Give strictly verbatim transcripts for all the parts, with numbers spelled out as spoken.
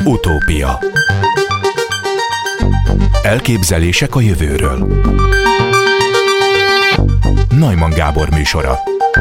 Utópia. Elképzelések a jövőről. Neumann Gábor műsora.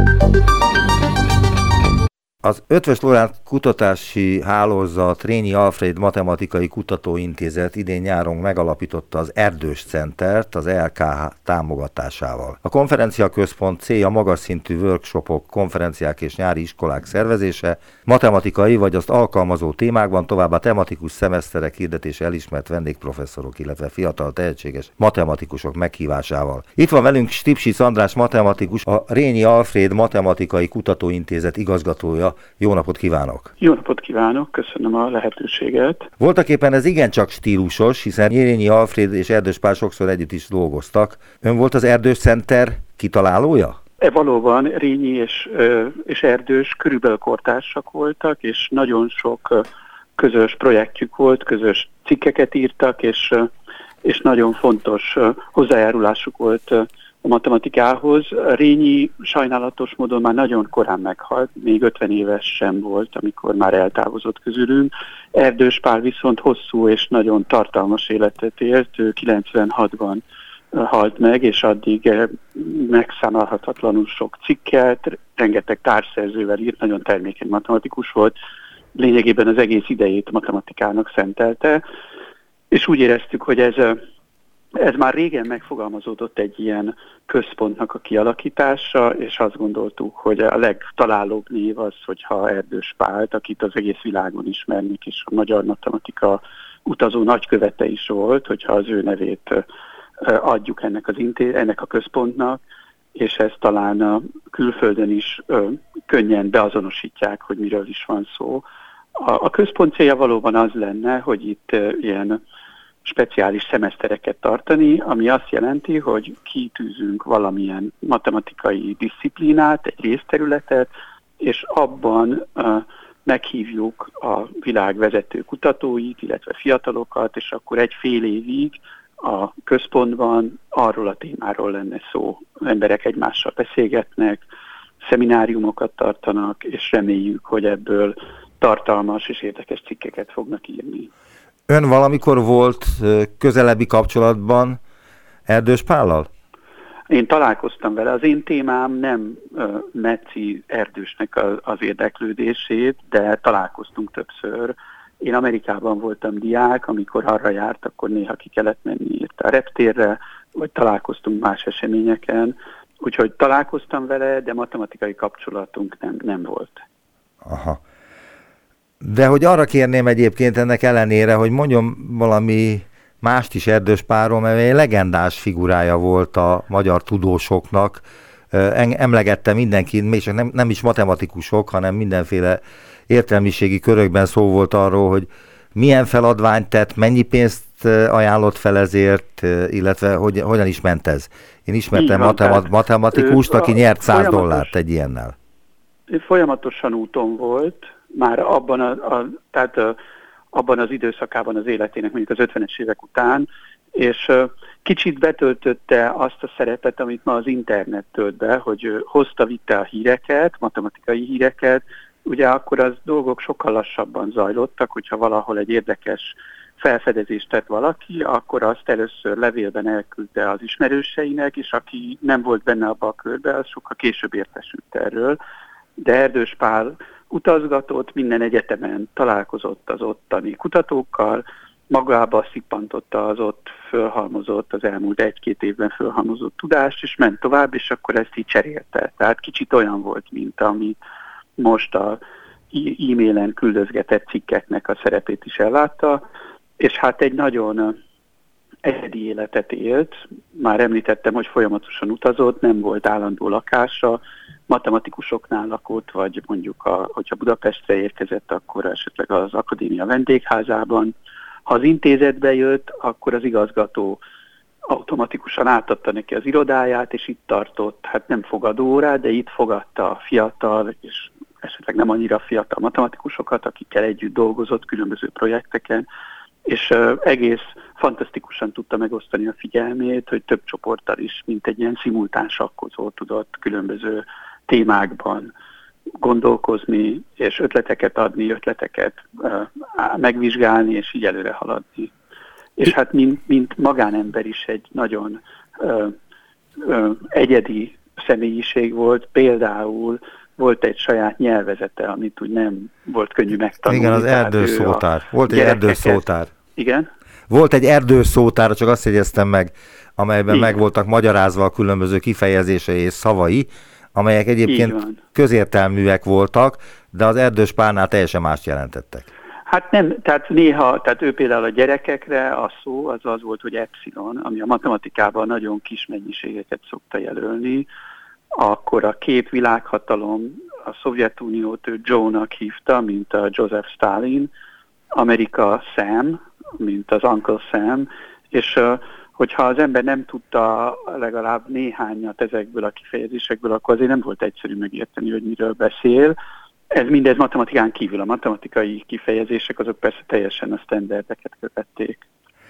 Az Eötvös Loránd Kutatási Hálózat Rényi Alfréd Matematikai Kutatóintézet idén nyáron megalapította az Erdős Centert az E L K H támogatásával. A konferenciaközpont célja magas szintű workshopok, konferenciák és nyári iskolák szervezése, matematikai vagy azt alkalmazó témákban, továbbá tematikus szemeszterek hirdetése elismert vendégprofesszorok, illetve fiatal tehetséges matematikusok meghívásával. Itt van velünk Stipsic András matematikus, a Rényi Alfréd Matematikai Kutatóintézet igazgatója. Jó napot kívánok! Jó napot kívánok, köszönöm a lehetőséget. Voltaképpen ez igencsak stílusos, hiszen Rényi Alfréd és Erdős Pál sokszor együtt is dolgoztak. Ön volt az Erdős Center kitalálója? E valóban Rényi és, és Erdős körülbelül kortársak voltak, és nagyon sok közös projektjük volt, közös cikkeket írtak, és, és nagyon fontos hozzájárulásuk volt a matematikához. Rényi sajnálatos módon már nagyon korán meghalt, még ötven éves sem volt, amikor már eltávozott közülünk. Erdős Pál viszont hosszú és nagyon tartalmas életet élt, ő kilencvenhatban halt meg, és addig megszámolhatatlanul sok cikket, rengeteg társszerzővel írt, nagyon termékeny matematikus volt, lényegében az egész idejét matematikának szentelte, és úgy éreztük, hogy ez Ez már régen megfogalmazódott egy ilyen központnak a kialakítása, és azt gondoltuk, hogy a legtalálóbb név az, hogyha Erdős Pált, akit az egész világon ismernek, és a magyar matematika utazó nagykövete is volt, hogyha az ő nevét adjuk ennek, az inté- ennek a központnak, és ezt talán a külföldön is ö, könnyen beazonosítják, hogy miről is van szó. A, a központ célja valóban az lenne, hogy itt ö, ilyen speciális szemesztereket tartani, ami azt jelenti, hogy kitűzünk valamilyen matematikai diszciplínát, egy részterületet, és abban uh, meghívjuk a világ vezető kutatóit, illetve fiatalokat, és akkor egy fél évig a központban arról a témáról lenne szó. Emberek egymással beszélgetnek, szemináriumokat tartanak, és reméljük, hogy ebből tartalmas és érdekes cikkeket fognak írni. Ön valamikor volt közelebbi kapcsolatban Erdős Pállal? Én találkoztam vele. Az én témám nem uh, metszi Erdősnek a, az érdeklődését, de találkoztunk többször. Én Amerikában voltam diák, amikor arra járt, akkor néha ki kellett menni érte a reptérre, vagy találkoztunk más eseményeken. Úgyhogy találkoztam vele, de matematikai kapcsolatunk nem, nem volt. Aha. De hogy arra kérném egyébként ennek ellenére, hogy mondjon valami mást is Erdős Pálról, mert egy legendás figurája volt a magyar tudósoknak. Emlegette mindenki, még csak nem, nem is matematikusok, hanem mindenféle értelmiségi körökben szó volt arról, hogy milyen feladványt tett, mennyi pénzt ajánlott fel ezért, illetve hogy, hogyan is ment ez. Én ismertem van, matemat- matematikust, aki nyert száz dollárt egy ilyennel. Folyamatosan úton volt, már abban, a, a, tehát a, abban az időszakában az életének, mondjuk az ötvenes évek után, és uh, kicsit betöltötte azt a szerepet, amit ma az internet tölt be, hogy uh, hozta-vitte a híreket, matematikai híreket, ugye akkor az dolgok sokkal lassabban zajlottak, hogyha valahol egy érdekes felfedezést tett valaki, akkor azt először levélben elküldte az ismerőseinek, és aki nem volt benne abba a körbe, az sokkal később értesült erről. De Erdős Pál utazgatott, minden egyetemen találkozott az ottani kutatókkal, magába szippantotta az ott fölhalmozott, az elmúlt egy-két évben fölhalmozott tudást, és ment tovább, és akkor ezt így cserélte. Tehát kicsit olyan volt, mint ami most a e-mailen küldözgetett cikkeknek a szerepét is ellátta, és hát egy nagyon egyedi életet élt. Már említettem, hogy folyamatosan utazott, nem volt állandó lakása, matematikusoknál lakott, vagy mondjuk, a, hogyha Budapestre érkezett, akkor esetleg az akadémia vendégházában. Ha az intézetbe jött, akkor az igazgató automatikusan átadta neki az irodáját, és itt tartott, hát nem fogadóórát, de itt fogadta a fiatal, és esetleg nem annyira fiatal matematikusokat, akikkel együtt dolgozott különböző projekteken, és uh, egész fantasztikusan tudta megosztani a figyelmét, hogy több csoporttal is, mint egy ilyen szimultán sakkozó tudott különböző témákban gondolkozni, és ötleteket adni, ötleteket uh, megvizsgálni, és így előre haladni. És hát mint, mint magánember is egy nagyon ö, ö, egyedi személyiség volt, például volt egy saját nyelvezete, amit úgy nem volt könnyű megtanulni. Igen, az erdőszótár. Volt egy erdőszótár. Igen? Volt egy erdőszótár, csak azt jegyeztem meg, amelyben Igen. meg voltak magyarázva a különböző kifejezései és szavai, amelyek egyébként közértelműek voltak, de az Erdős Pálnál teljesen mást jelentettek. Hát nem, tehát néha, tehát ő például a gyerekekre a szó az az volt, hogy epsilon, ami a matematikában nagyon kis mennyiségeket szokta jelölni, akkor a két világhatalom, a Szovjetuniót ő Joe-nak hívta, mint a Joseph Stalin, Amerika Sam, mint az Uncle Sam, és hogyha az ember nem tudta legalább néhányat ezekből a kifejezésekből, akkor azért nem volt egyszerű megérteni, hogy miről beszél. Ez mindez matematikán kívül. A matematikai kifejezések azok persze teljesen a sztenderdeket követték.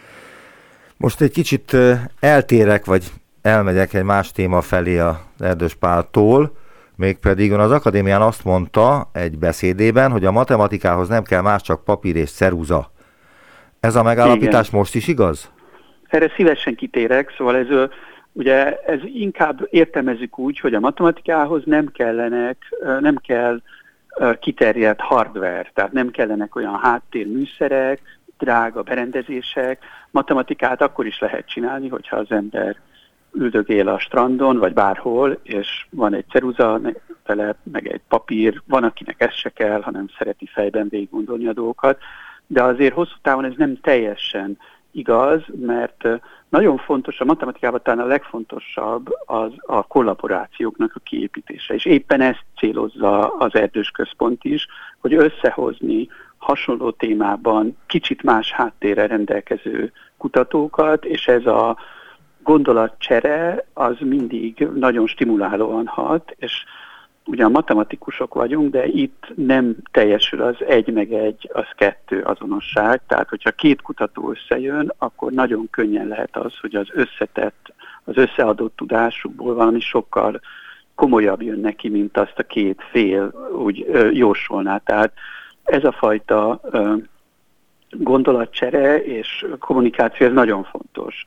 Most egy kicsit eltérek, vagy elmegyek egy más téma felé az Erdős Páltól, mégpedig az akadémián azt mondta egy beszédében, hogy a matematikához nem kell más, csak papír és ceruza. Ez a megállapítás Igen. most is igaz? Erre szívesen kitérek, szóval ez, ugye, ez inkább értelmezzük úgy, hogy a matematikához nem kellenek, nem kell kiterjedt hardware, tehát nem kellenek olyan háttérműszerek, drága berendezések. Matematikát akkor is lehet csinálni, hogyha az ember üldögél a strandon, vagy bárhol, és van egy ceruza, vele, meg egy papír, van, akinek ez se kell, hanem szereti fejben végig gondolni a dolgokat, de azért hosszú távon ez nem teljesen igaz, mert nagyon fontos, a matematikában talán a legfontosabb az a kollaborációknak a kiépítése, és éppen ezt célozza az Erdős Központ is, hogy összehozni hasonló témában kicsit más háttérrel rendelkező kutatókat, és ez a gondolatcsere az mindig nagyon stimulálóan hat, és ugyan matematikusok vagyunk, de itt nem teljesül az egy meg egy, az kettő azonosság. Tehát, hogyha két kutató összejön, akkor nagyon könnyen lehet az, hogy az összetett, az összeadott tudásukból valami sokkal komolyabb jön neki, mint azt a két fél úgy ö, jósolná. Tehát ez a fajta ö, gondolatcsere és kommunikáció, ez nagyon fontos.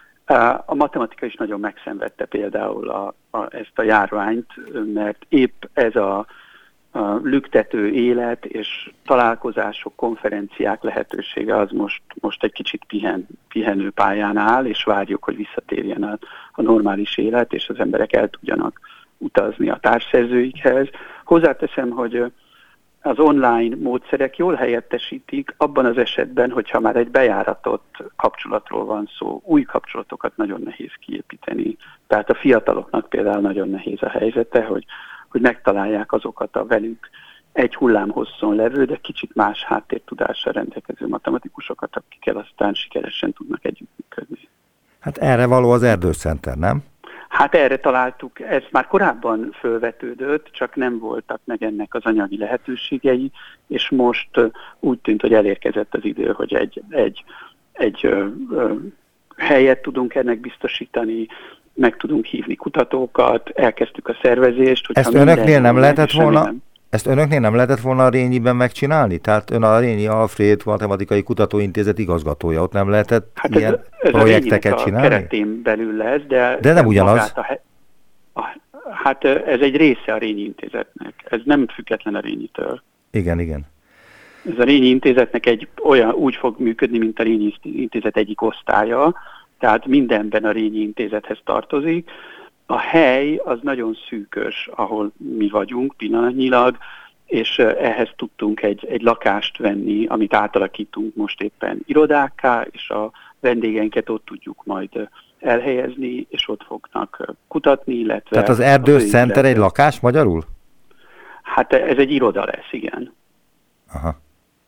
A matematika is nagyon megszenvedte például a, a, ezt a járványt, mert épp ez a, a lüktető élet és találkozások, konferenciák lehetősége az most, most egy kicsit pihen, pihenő pályán áll, és várjuk, hogy visszatérjen a, a normális élet, és az emberek el tudjanak utazni a társszerzőikhez. Hozzáteszem, hogy az online módszerek jól helyettesítik abban az esetben, hogyha már egy bejáratott kapcsolatról van szó. Új kapcsolatokat nagyon nehéz kiépíteni. Tehát a fiataloknak például nagyon nehéz a helyzete, hogy, hogy megtalálják azokat a velük egy hullámhosszon levő, de kicsit más háttértudással rendelkező matematikusokat, akikkel aztán sikeresen tudnak együttműködni. Hát erre való az Erdős Center, nem? Hát erre találtuk, ez már korábban fölvetődött, csak nem voltak meg ennek az anyagi lehetőségei, és most úgy tűnt, hogy elérkezett az idő, hogy egy, egy, egy ö, ö, helyet tudunk ennek biztosítani, meg tudunk hívni kutatókat, elkezdtük a szervezést. Ezt önöknél nem lehetett volna? Nem. Ezt önöknél nem lehetett volna a Rényiben megcsinálni? Tehát ön a Rényi Alfréd Matematikai Kutatóintézet igazgatója, ott nem lehetett hát ilyen ez, ez projekteket a csinálni? Keretén belül lesz, de... De nem ugyanaz. A, a, hát ez egy része a Rényi Intézetnek. Ez nem független a Rényitől. Igen, igen. Ez a Rényi Intézetnek egy olyan, úgy fog működni, mint a Rényi Intézet egyik osztálya, tehát mindenben a Rényi Intézethez tartozik. A hely az nagyon szűkös, ahol mi vagyunk pillanatnyilag, és ehhez tudtunk egy, egy lakást venni, amit átalakítunk most éppen irodákká, és a vendégeinket ott tudjuk majd elhelyezni, és ott fognak kutatni, illetve... Tehát az Erdős Center egy lakás magyarul? Hát ez egy iroda lesz, igen. Aha.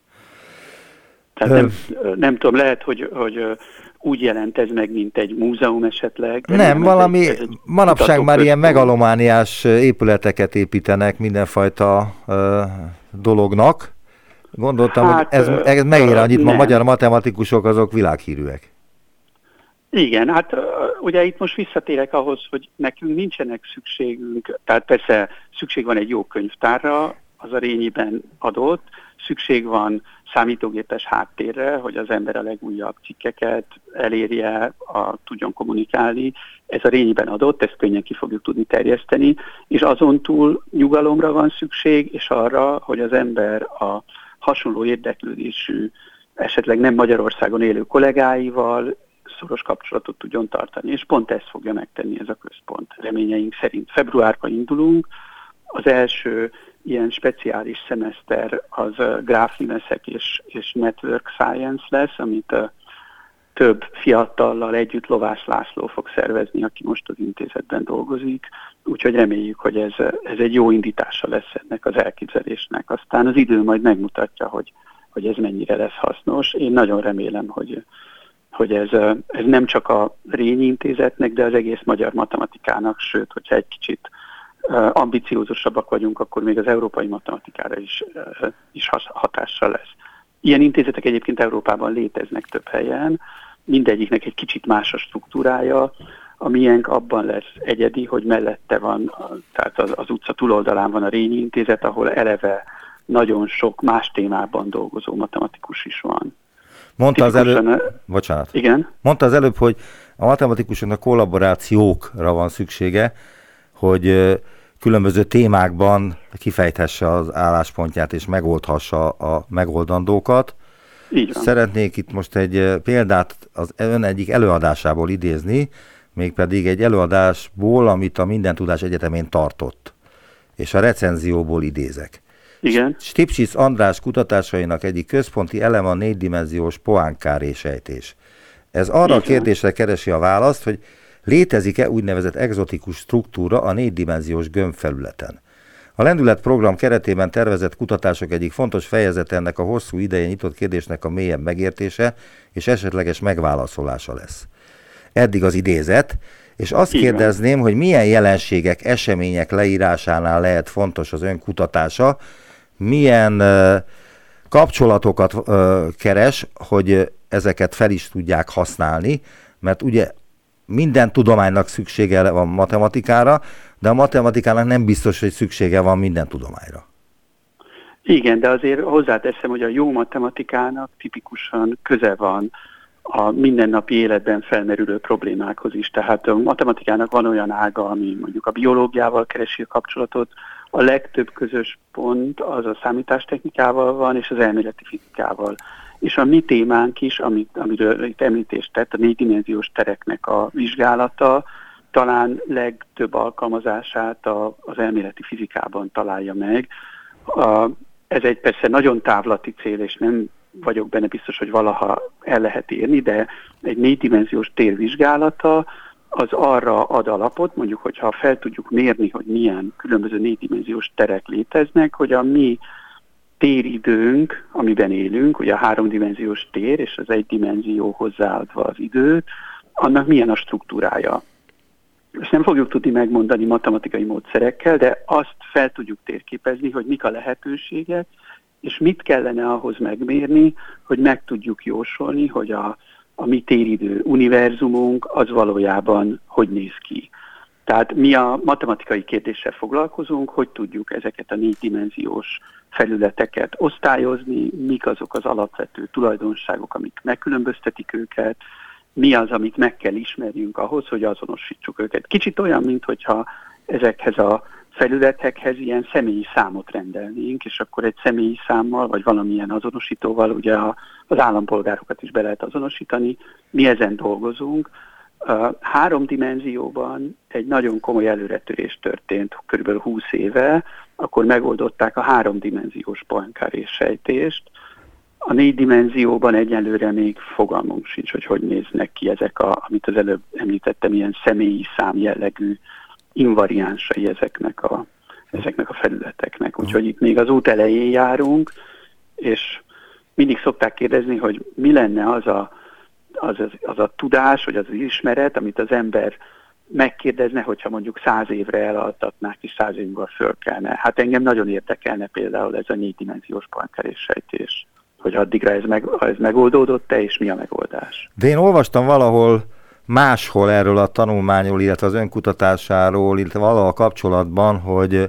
Tehát nem, nem tudom, lehet, hogy... hogy úgy jelent ez meg, mint egy múzeum esetleg. Nem, nem, valami, egy, egy manapság már ilyen megalomániás épületeket építenek mindenfajta uh, dolognak. Gondoltam, hát, hogy ez, ez megér annyit, ma magyar matematikusok azok világhírűek. Igen, hát ugye itt most visszatérek ahhoz, hogy nekünk nincsenek szükségünk, tehát persze szükség van egy jó könyvtárra, az a Rényiben adott, szükség van számítógépes háttérre, hogy az ember a legújabb cikkeket elérje, a, tudjon kommunikálni. Ez a Rényiben adott, ezt könnyen ki fogjuk tudni terjeszteni, és azon túl nyugalomra van szükség, és arra, hogy az ember a hasonló érdeklődésű, esetleg nem Magyarországon élő kollégáival szoros kapcsolatot tudjon tartani, és pont ezt fogja megtenni ez a központ. Reményeink szerint februárban indulunk, az első ilyen speciális szemeszter az gráfművészek és, és network science lesz, amit uh, több fiatallal együtt Lovász László fog szervezni, aki most az intézetben dolgozik, úgyhogy reméljük, hogy ez, ez egy jó indítása lesz ennek az elképzelésnek. Aztán az idő majd megmutatja, hogy, hogy ez mennyire lesz hasznos. Én nagyon remélem, hogy, hogy ez, ez nem csak a Rényi Intézetnek, de az egész magyar matematikának, sőt, hogyha egy kicsit ambiciózusabbak vagyunk, akkor még az európai matematikára is, is hatással lesz. Ilyen intézetek egyébként Európában léteznek több helyen, mindegyiknek egy kicsit más a struktúrája, a miénk abban lesz egyedi, hogy mellette van, tehát az, az utca túloldalán van a Rényi Intézet, ahol eleve nagyon sok más témában dolgozó matematikus is van. Mondta az előbb, bocsánat. Igen? Mondta az előbb, hogy a matematikusoknak kollaborációkra van szüksége, hogy különböző témákban kifejthesse az álláspontját és megoldhassa a megoldandókat. Így van. Szeretnék itt most egy példát az ön egyik előadásából idézni, mégpedig egy előadásból, amit a Mindentudás Egyetemén tartott, és a recenzióból idézek. Igen. Stipcsis András kutatásainak egyik központi eleme a négydimenziós Poincare-sejtés. Ez arra a kérdésre keresi a választ, hogy létezik-e úgynevezett egzotikus struktúra a négydimenziós gömbfelületen. A Lendület program keretében tervezett kutatások egyik fontos fejezete ennek a hosszú ideje nyitott kérdésnek a mélyebb megértése és esetleges megválaszolása lesz. Eddig az idézet, és azt Igen. kérdezném, hogy milyen jelenségek, események leírásánál lehet fontos az ön kutatása, milyen uh, kapcsolatokat uh, keres, hogy ezeket fel is tudják használni, mert ugye minden tudománynak szüksége van matematikára, de a matematikának nem biztos, hogy szüksége van minden tudományra. Igen, de azért hozzáteszem, hogy a jó matematikának tipikusan köze van a mindennapi életben felmerülő problémákhoz is. Tehát a matematikának van olyan ága, ami mondjuk a biológiával keresi a kapcsolatot, a legtöbb közös pont az a számítástechnikával van, és az elméleti fizikával. És a mi témánk is, amit, amiről itt említést tett, a négydimenziós tereknek a vizsgálata, talán legtöbb alkalmazását a, az elméleti fizikában találja meg. A, ez egy persze nagyon távlati cél, és nem vagyok benne biztos, hogy valaha el lehet érni, de egy négydimenziós tér vizsgálata az arra ad alapot, mondjuk, hogyha fel tudjuk mérni, hogy milyen különböző négydimenziós terek léteznek, hogy a mi téridőnk, amiben élünk, ugye a háromdimenziós tér és az egy dimenzió hozzáadva az időt, annak milyen a struktúrája. Ezt nem fogjuk tudni megmondani matematikai módszerekkel, de azt fel tudjuk térképezni, hogy mik a lehetőségek, és mit kellene ahhoz megmérni, hogy meg tudjuk jósolni, hogy a, a mi téridő univerzumunk az valójában hogy néz ki. Tehát mi a matematikai kérdéssel foglalkozunk, hogy tudjuk ezeket a négydimenziós felületeket osztályozni, mik azok az alapvető tulajdonságok, amik megkülönböztetik őket, mi az, amit meg kell ismerjünk ahhoz, hogy azonosítsuk őket. Kicsit olyan, mintha ezekhez a felületekhez ilyen személyi számot rendelnénk, és akkor egy személyi számmal, vagy valamilyen azonosítóval ugye a, az állampolgárokat is be lehet azonosítani. Mi ezen dolgozunk. Uh, három dimenzióban egy nagyon komoly előretörés történt körülbelül húsz éve, akkor megoldották a háromdimenziós Poincare-sejtést. A négy dimenzióban egyelőre még fogalmunk sincs, hogy hogy néznek ki ezek, a, amit az előbb említettem, ilyen személyi szám jellegű invariánsai ezeknek a, ezeknek a felületeknek. Úgyhogy itt még az út elején járunk, és mindig szokták kérdezni, hogy mi lenne az a, az, az, az a tudás, vagy az, az ismeret, amit az ember megkérdezne, hogyha mondjuk száz évre elaltatnák, és száz év múlva fölkelne. Hát engem nagyon érdekelne például ez a négydimenziós Poincare-sejtés, hogy addigra ez, meg, ez megoldódott-e, és mi a megoldás. De én olvastam valahol máshol erről a tanulmányról, illetve az önkutatásáról, illetve valahol kapcsolatban, hogy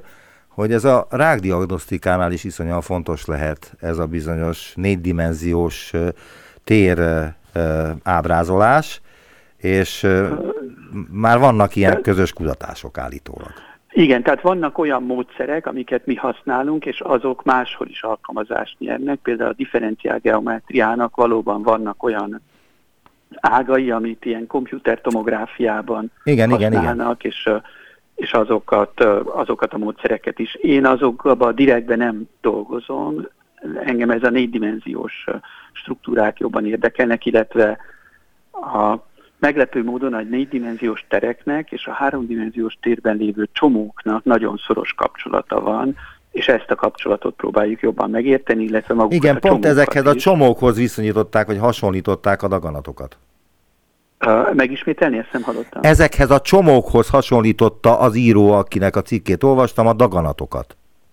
hogy ez a rákdiagnosztikánál is iszonyúan fontos lehet ez a bizonyos négydimenziós tér ábrázolás, és már vannak ilyen közös kutatások állítólag. Igen, tehát vannak olyan módszerek, amiket mi használunk, és azok máshol is alkalmazást nyernek. Például a differenciálgeometriának valóban vannak olyan ágai, amit ilyen komputertomográfiában igen, használnak, igen, igen. és, és azokat, azokat a módszereket is. Én azokban direktben nem dolgozom, engem ez a négydimenziós struktúrák jobban érdekelnek, illetve a meglepő módon a négydimenziós tereknek és a háromdimenziós térben lévő csomóknak nagyon szoros kapcsolata van, és ezt a kapcsolatot próbáljuk jobban megérteni, illetve magukat igen, a pont ezekhez is. a csomókhoz viszonyították, vagy hasonlították a daganatokat. Uh, megismételni, ezt nem hallottam. Ezekhez a csomókhoz hasonlította az író, akinek a cikkét olvastam, a daganatokat.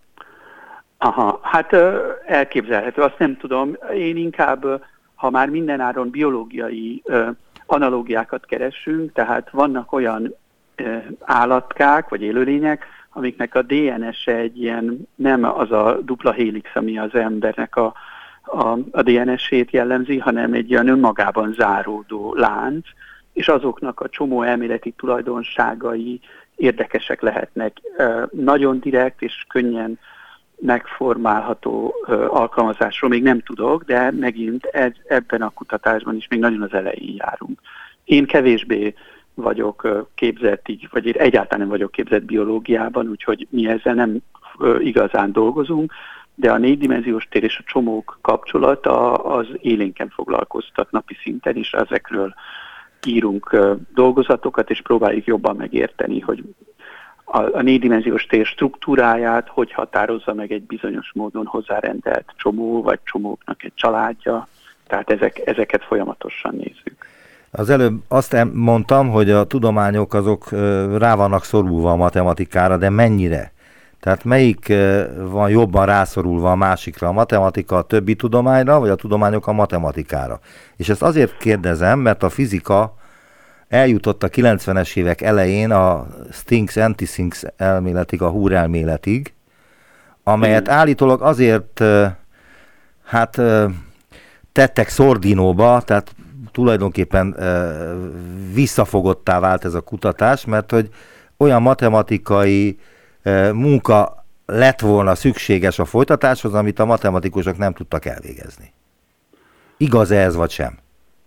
Aha, hát uh, elképzelhető, azt nem tudom. Én inkább, uh, ha már mindenáron biológiai uh, analógiákat keresünk, tehát vannak olyan uh, állatkák, vagy élőlények, amiknek a dé en es-e egy ilyen, nem az a dupla hélix, ami az embernek a, a, a dé en es-ét jellemzi, hanem egy olyan önmagában záródó lánc, és azoknak a csomó elméleti tulajdonságai érdekesek lehetnek. Nagyon direkt és könnyen megformálható alkalmazásról még nem tudok, de megint ez, ebben a kutatásban is még nagyon az elején járunk. Én kevésbé vagyok képzett így, vagy egyáltalán nem vagyok képzett biológiában, úgyhogy mi ezzel nem igazán dolgozunk, de a négydimenziós tér és a csomók kapcsolata az élénken foglalkoztat napi szinten is, ezekről írunk dolgozatokat, és próbáljuk jobban megérteni, hogy a, a négydimenziós tér struktúráját hogy határozza meg egy bizonyos módon hozzárendelt csomó, vagy csomóknak egy családja, tehát ezek, ezeket folyamatosan nézzük. Az előbb azt mondtam, hogy a tudományok azok rá vannak szorulva a matematikára, de mennyire? Tehát melyik van jobban rászorulva a másikra, a matematika a többi tudományra, vagy a tudományok a matematikára? És ezt azért kérdezem, mert a fizika eljutott a kilencvenes évek elején a Sphinx-Antisphinx elméletig, a Húr elméletig, amelyet állítólag azért hát tettek szordinóba, tehát tulajdonképpen e, visszafogottá vált ez a kutatás, mert hogy olyan matematikai e, munka lett volna szükséges a folytatáshoz, amit a matematikusok nem tudtak elvégezni. Igaz-e ez, vagy sem?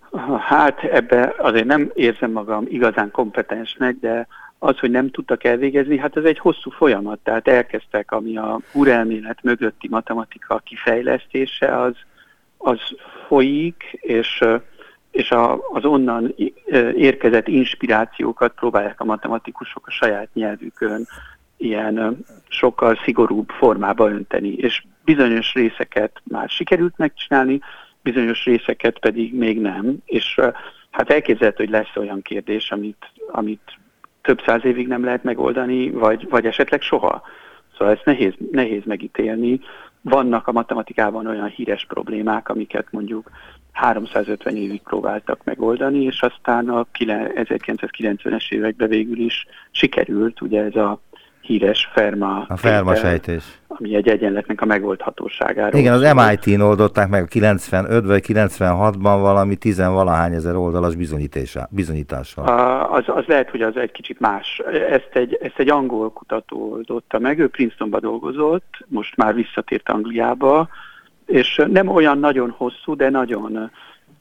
Hát ebbe azért nem érzem magam igazán kompetensnek, de az, hogy nem tudtak elvégezni, hát ez egy hosszú folyamat, tehát elkezdtek, ami a Húr elmélet mögötti matematika kifejlesztése, az, az folyik, és és a, az onnan érkezett inspirációkat próbálják a matematikusok a saját nyelvükön ilyen sokkal szigorúbb formába önteni, és bizonyos részeket már sikerült megcsinálni, bizonyos részeket pedig még nem, és hát elképzelhető, hogy lesz olyan kérdés, amit, amit több száz évig nem lehet megoldani, vagy, vagy esetleg soha. Szóval ezt nehéz, nehéz megítélni. Vannak a matematikában olyan híres problémák, amiket mondjuk háromszázötven évig próbáltak megoldani, és aztán a ezerkilencszázkilencvenes években végül is sikerült, ugye ez a híres Ferma, a Ferma sejtés, ami egy egyenletnek a megoldhatóságáról. Igen, az em i té-n oldották meg kilencvenöt vagy kilencvenhatban valami tizenvalahány ezer oldalas bizonyítással. A, az, az lehet, hogy az egy kicsit más. Ezt egy, ezt egy angol kutató oldotta meg, ő Princetonba dolgozott, most már visszatért Angliába, és nem olyan nagyon hosszú, de nagyon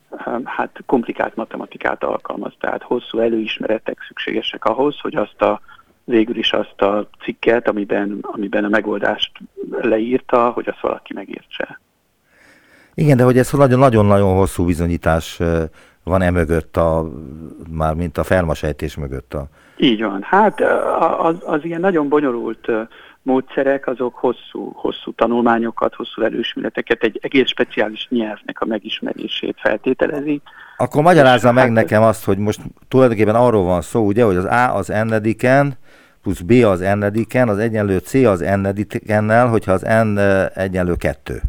hát komplikált matematikát alkalmaz, tehát hosszú előismeretek szükségesek ahhoz, hogy azt a végül is azt a cikket, amiben, amiben a megoldást leírta, hogy azt valaki megértse. Igen, de hogy ez nagyon-nagyon hosszú bizonyítás van e mögött, a, már mint a Ferma sejtés mögött. A... Így van. Hát az, az ilyen nagyon bonyolult módszerek, azok hosszú, hosszú tanulmányokat, hosszú előismereteket, egy egész speciális nyelvnek a megismerését feltételezi. Akkor magyarázza meg hát nekem azt, hogy most tulajdonképpen arról van szó, ugye, hogy az A az n-ediken, plusz B az n-ediken, az egyenlő C az n-edikennel, hogyha az n egyenlő kettő.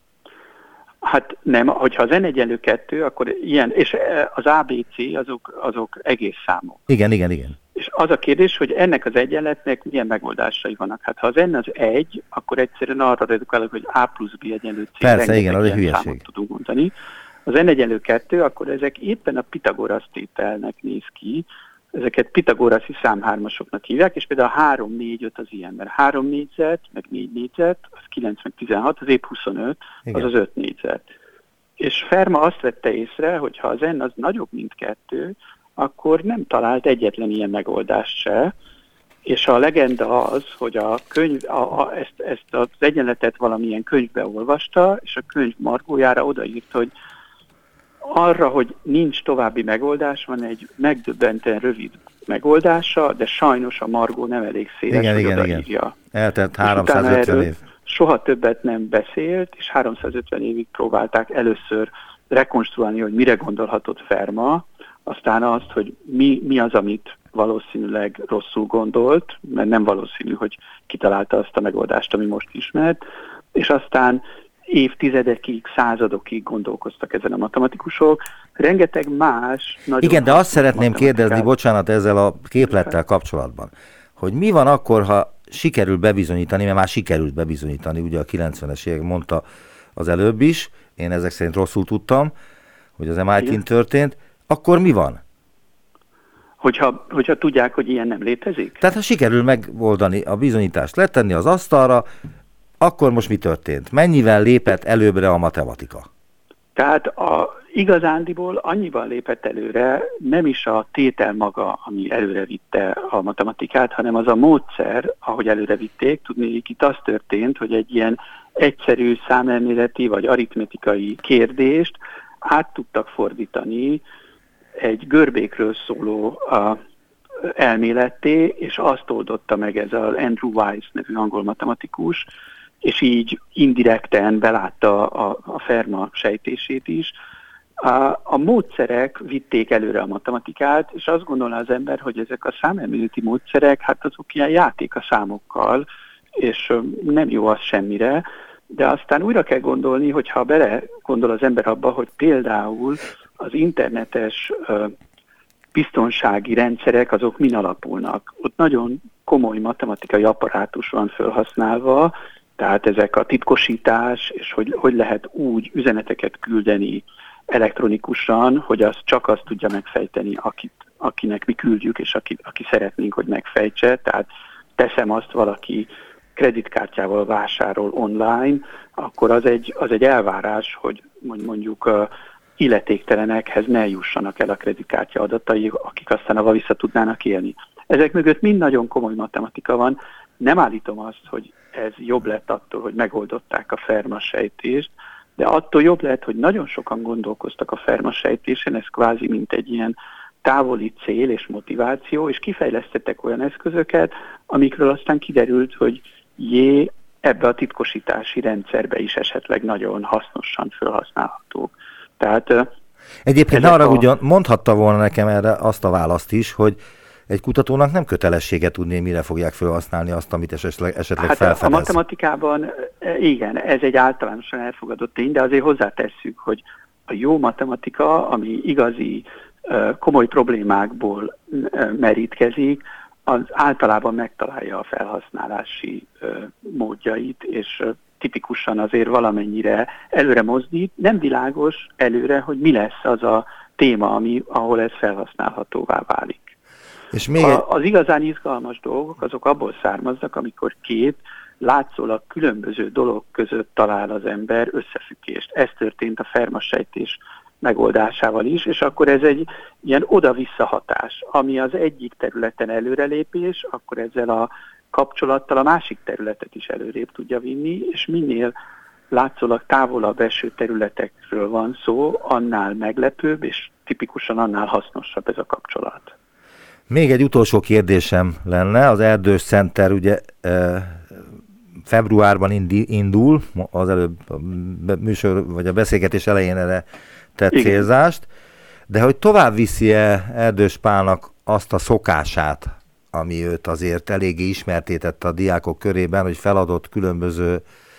Hát nem, hogyha az n egyenlő kettő, akkor ilyen, és az á bé cé azok, azok egész számok. Igen, igen, igen. És az a kérdés, hogy ennek az egyenletnek milyen megoldásai vannak. Hát ha az n az egy, akkor egyszerűen arra redukálok, hogy a plusz b egyenlő c. Persze, igen, az egy hülyeség. Számot tudunk mondani. Az n egyenlő kettő, akkor ezek éppen a Pitagorasz tételnek néz ki. Ezeket pitagoraszi számhármasoknak hívják, és például a három, négy, öt az ilyen, mert három négyzet, meg négy négyzet, az kilenc, meg tizenhat, az épp huszonöt, igen. Az az öt négyzet. És Fermat azt vette észre, hogy ha az n az nagyobb, mint kettő, akkor nem talált egyetlen ilyen megoldást se, és a legenda az, hogy a könyv, a, a, ezt, ezt az egyenletet valamilyen könyvbe olvasta, és a könyv margójára odaírt, hogy arra, hogy nincs további megoldás, van egy megdöbbentően rövid megoldása, de sajnos a margó nem elég széles, igen, hogy igen, odaírja. Igen. Eltelt háromszázötven év. Soha többet nem beszélt, és háromszázötven évig próbálták először rekonstruálni, hogy mire gondolhatott Fermat, aztán azt, hogy mi, mi az, amit valószínűleg rosszul gondolt, mert nem valószínű, hogy kitalálta azt a megoldást, ami most ismert, és aztán évtizedekig, századokig gondolkoztak ezen a matematikusok. Rengeteg más... Igen, de azt szeretném kérdezni, bocsánat, ezzel a képlettel kapcsolatban, hogy mi van akkor, ha sikerül bebizonyítani, mert már sikerült bebizonyítani, ugye a kilencvenes évek mondta az előbb is, én ezek szerint rosszul tudtam, hogy az em i té-n történt, akkor mi van? Hogyha, hogyha tudják, hogy ilyen nem létezik? Tehát ha sikerül megoldani a bizonyítást, letenni az asztalra, akkor most mi történt? Mennyivel lépett előbbre a matematika? Tehát a, igazándiból annyiban lépett előre, nem is a tétel maga, ami előre vitte a matematikát, hanem az a módszer, ahogy előre vitték. Tudni, itt az történt, hogy egy ilyen egyszerű számelméleti vagy aritmetikai kérdést át tudtak fordítani egy görbékről szóló a, elméletté, és azt oldotta meg ez az Andrew Wiles nevű angol matematikus, és így indirekten belátta a, a Fermat sejtését is. A, a módszerek vitték előre a matematikát, és azt gondolná az ember, hogy ezek a számelméleti módszerek, hát azok ilyen játék a számokkal, és nem jó az semmire, de aztán újra kell gondolni, hogyha bele gondol az ember abba, hogy például az internetes uh, biztonsági rendszerek, azok min alapulnak. Ott nagyon komoly matematikai apparátus van felhasználva, tehát ezek a titkosítás, és hogy, hogy lehet úgy üzeneteket küldeni elektronikusan, hogy az csak azt tudja megfejteni, akit, akinek mi küldjük, és aki, aki szeretnénk, hogy megfejtse. Tehát teszem azt, valaki kreditkártyával vásárol online, akkor az egy, az egy elvárás, hogy mondjuk uh, illetéktelenekhez ne jussanak el a kreditkártya adatai, akik aztán avval vissza tudnának élni. Ezek mögött mind nagyon komoly matematika van. Nem állítom azt, hogy ez jobb lett attól, hogy megoldották a Fermat sejtést, de attól jobb lett, hogy nagyon sokan gondolkoztak a Fermat sejtésen, ez kvázi mint egy ilyen távoli cél és motiváció, és kifejlesztettek olyan eszközöket, amikről aztán kiderült, hogy jé, ebbe a titkosítási rendszerbe is esetleg nagyon hasznosan felhasználhatók. Tehát, egyébként arra a... ugyan mondhatta volna nekem erre azt a választ is, hogy egy kutatónak nem kötelessége tudni, mire fogják felhasználni azt, amit esetleg, esetleg hát felfedez. A matematikában igen, ez egy általánosan elfogadott tény, de azért hozzátesszük, hogy a jó matematika, ami igazi komoly problémákból merítkezik, az általában megtalálja a felhasználási módjait, és tipikusan azért valamennyire előre mozdít. Nem világos előre, hogy mi lesz az a téma, ami, ahol ez felhasználhatóvá válik. És még a, az igazán izgalmas dolgok azok abból származnak, amikor két látszólag különböző dolog között talál az ember összefüggést. Ez történt a Fermat sejtés megoldásával is, és akkor ez egy ilyen oda-vissza hatás, ami az egyik területen előrelépés, akkor ezzel a kapcsolattal a másik területet is előrébb tudja vinni, és minél látszólag távolabb eső területekről van szó, annál meglepőbb, és tipikusan annál hasznosabb ez a kapcsolat. Még egy utolsó kérdésem lenne, az Erdős Center ugye e, februárban indi, indul, az előbb a műsor, vagy a beszélgetés elején erre tett igen. célzást, de hogy tovább viszi-e Erdős Pálnak azt a szokását, ami őt azért eléggé ismertétett a diákok körében, hogy feladott különböző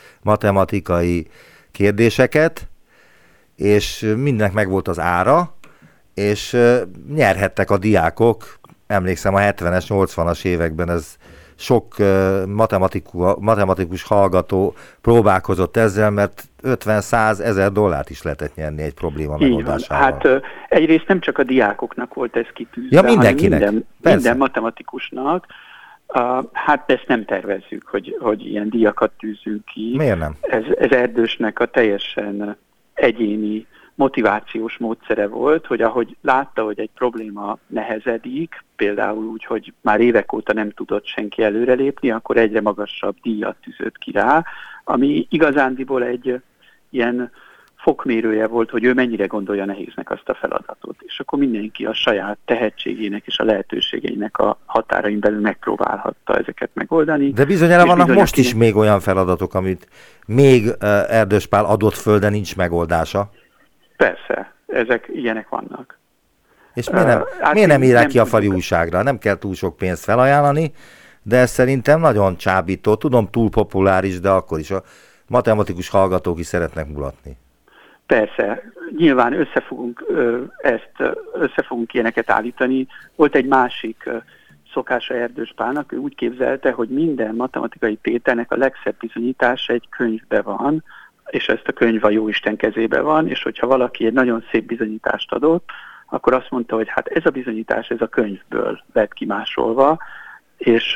matematikai kérdéseket, és mindennek megvolt az ára, és nyerhettek a diákok emlékszem a hetvenes, nyolcvanas években ez sok uh, matematikus, matematikus hallgató próbálkozott ezzel, mert ötven-száz ezer dollárt is lehetett nyerni egy probléma megoldásával. Hát uh, egyrészt nem csak a diákoknak volt ez kitűzve, ja, mindenkinek. hanem minden, minden matematikusnak. Uh, hát ezt nem tervezzük, hogy, hogy ilyen díjakat tűzünk ki. Miért nem? Ez, ez Erdősnek a teljesen egyéni motivációs módszere volt, hogy ahogy látta, hogy egy probléma nehezedik, például úgy, hogy már évek óta nem tudott senki előrelépni, akkor egyre magasabb díjat tűzött ki rá, ami igazándiból egy ilyen fokmérője volt, hogy ő mennyire gondolja nehéznek azt a feladatot. És akkor mindenki a saját tehetségének és a lehetőségeinek a határain belül megpróbálhatta ezeket megoldani. De bizonyára vannak bizony, most akinek... is még olyan feladatok, amit még Erdős Pál adott föl, de nincs megoldása. Persze, ezek ilyenek vannak. És miért nem, uh, miért nem írják ki a fali újságra? Nem kell túl sok pénzt felajánlani, de ez szerintem nagyon csábító. Tudom, túl populáris, de akkor is a matematikus hallgatók is szeretnek mulatni. Persze, nyilván össze fogunk, ezt, össze fogunk ilyeneket állítani. Volt egy másik szokása Erdős Pálnak, ő úgy képzelte, hogy minden matematikai tételnek a legszebb bizonyítása egy könyvben van, és ezt a könyv a Jóisten kezében van, és hogyha valaki egy nagyon szép bizonyítást adott, akkor azt mondta, hogy hát ez a bizonyítás, ez a könyvből lett kimásolva, és,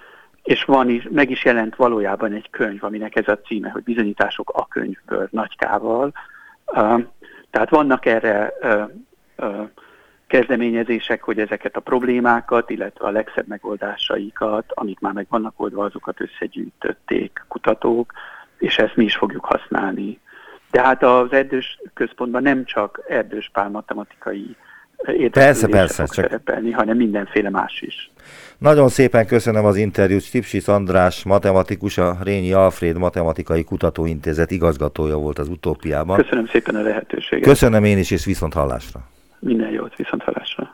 és van is, meg is jelent valójában egy könyv, aminek ez a címe, hogy bizonyítások a könyvből, nagy K-val. Uh, tehát vannak erre uh, uh, kezdeményezések, hogy ezeket a problémákat, illetve a legszebb megoldásaikat, amik már meg vannak oldva, azokat összegyűjtötték kutatók, és ezt mi is fogjuk használni. De hát az Erdős központban nem csak Erdős Pál matematikai érdeklődése fog csak szerepelni, hanem mindenféle más is. Nagyon szépen köszönöm az interjút. Stipsic András matematikus, a Rényi Alfréd Matematikai Kutatóintézet igazgatója volt az Utópiában. Köszönöm szépen a lehetőséget. Köszönöm én is, és viszont hallásra. Minden jót, viszont hallásra.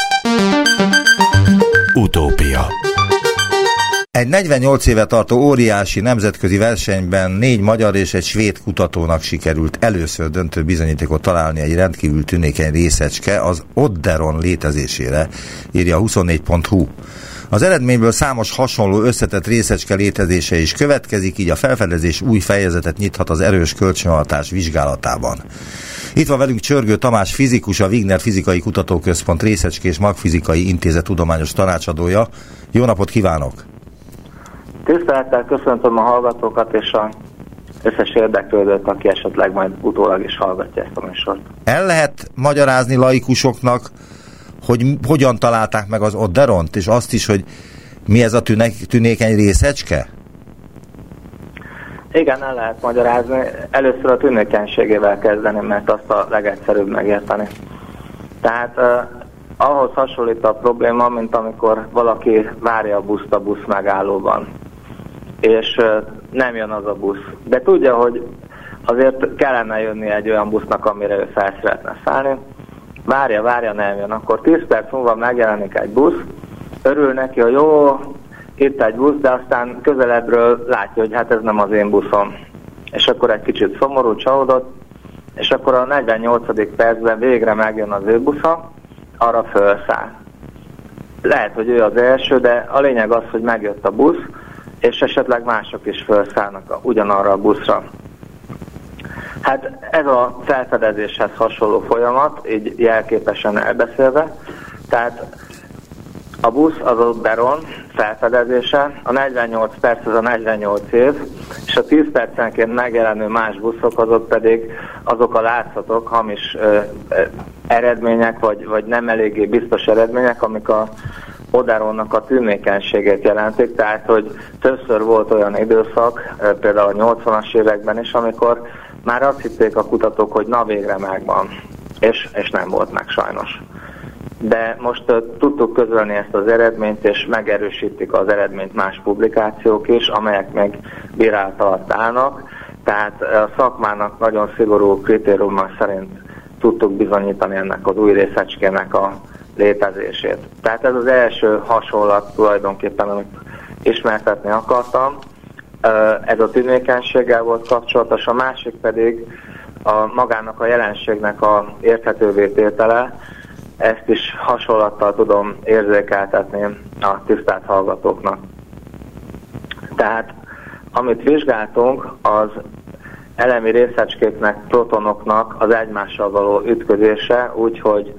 Utópia. Egy negyvennyolc éve tartó óriási nemzetközi versenyben négy magyar és egy svéd kutatónak sikerült először döntő bizonyítékot találni egy rendkívül tünékeny részecske az Odderon létezésére, írja a huszonnégy pont hu. Az eredményből számos hasonló összetett részecske létezése is következik, így a felfedezés új fejezetet nyithat az erős kölcsönhatás vizsgálatában. Itt van velünk Csörgő Tamás fizikus, a Wigner Fizikai Kutatóközpont Részecske és Magfizikai Intézet tudományos tanácsadója. Jó napot kívánok! Tisztelettel köszöntöm a hallgatókat és az összes érdeklődőt, aki esetleg majd utólag is hallgatja ezt a műsort. El lehet magyarázni laikusoknak, hogy hogyan találták meg az Odderont, és azt is, hogy mi ez a tüne, tünékeny részecske? Igen, el lehet magyarázni. Először a tünékenységével kezdeném, mert azt a legegyszerűbb megérteni. Tehát eh, ahhoz hasonlít a probléma, mint amikor valaki várja a buszt a busz megállóban, és eh, nem jön az a busz. De tudja, hogy azért kellene jönni egy olyan busznak, amire ő fel szeretne szállni. Várja, várja, nem jön. Akkor tíz perc múlva megjelenik egy busz, örül neki, hogy jó, itt egy busz, de aztán közelebbről látja, hogy hát ez nem az én buszom. És akkor egy kicsit szomorú, csalódott, és akkor a negyvennyolcadik percben végre megjön az ő busza, arra felszáll. Lehet, hogy ő az első, de a lényeg az, hogy megjött a busz, és esetleg mások is felszállnak a, ugyanarra a buszra. Hát ez a felfedezéshez hasonló folyamat, így jelképesen elbeszélve. Tehát a busz az Odderon felfedezése, a negyvennyolc perc az a negyvennyolc év, és a tíz percenként megjelenő más buszok azok pedig azok a látszatok, hamis ö, ö, eredmények, vagy, vagy nem eléggé biztos eredmények, amik a Odderonnak a tűnékenységét jelentik, tehát hogy többször volt olyan időszak, ö, például a nyolcvanas években is, amikor már azt hitték a kutatók, hogy na végre megvan, és, és nem volt meg sajnos. De most uh, tudtuk közölni ezt az eredményt, és megerősítik az eredményt más publikációk is, amelyek még bírálat alatt állnak. Tehát uh, a szakmának nagyon szigorú kritériumok szerint tudtuk bizonyítani ennek az új részecskének a létezését. Tehát ez az első hasonlat tulajdonképpen, amit ismertetni akartam. Uh, ez a tűnékenységgel volt kapcsolatos, a másik pedig a magának a jelenségnek a érthetővé tétele. ezt is hasonlattal tudom érzékeltetni a tisztelt hallgatóknak. Tehát amit vizsgáltunk, az elemi részecskéknek, protonoknak az egymással való ütközése, úgyhogy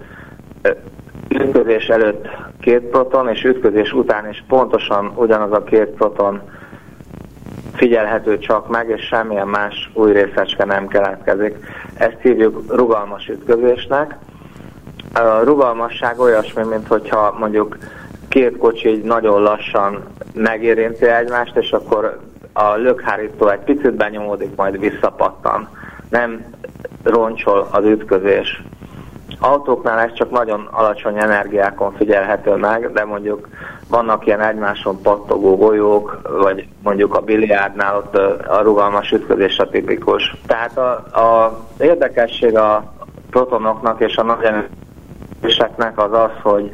ütközés előtt két proton, és ütközés után is pontosan ugyanaz a két proton figyelhető csak meg, és semmilyen más új részecske nem keletkezik. Ezt hívjuk rugalmas ütközésnek. A rugalmasság olyasmi, mint hogyha mondjuk két kocsi így nagyon lassan megérinti egymást, és akkor a lökhárító egy picit benyomódik, majd visszapattan. Nem roncsol az ütközés. Autóknál ez csak nagyon alacsony energiákon figyelhető meg, de mondjuk vannak ilyen egymáson pattogó golyók, vagy mondjuk a biliárdnál ott a rugalmas ütközés a tipikus. Tehát a, a érdekesség a protonoknak és a nagy ütközéseknek az az, hogy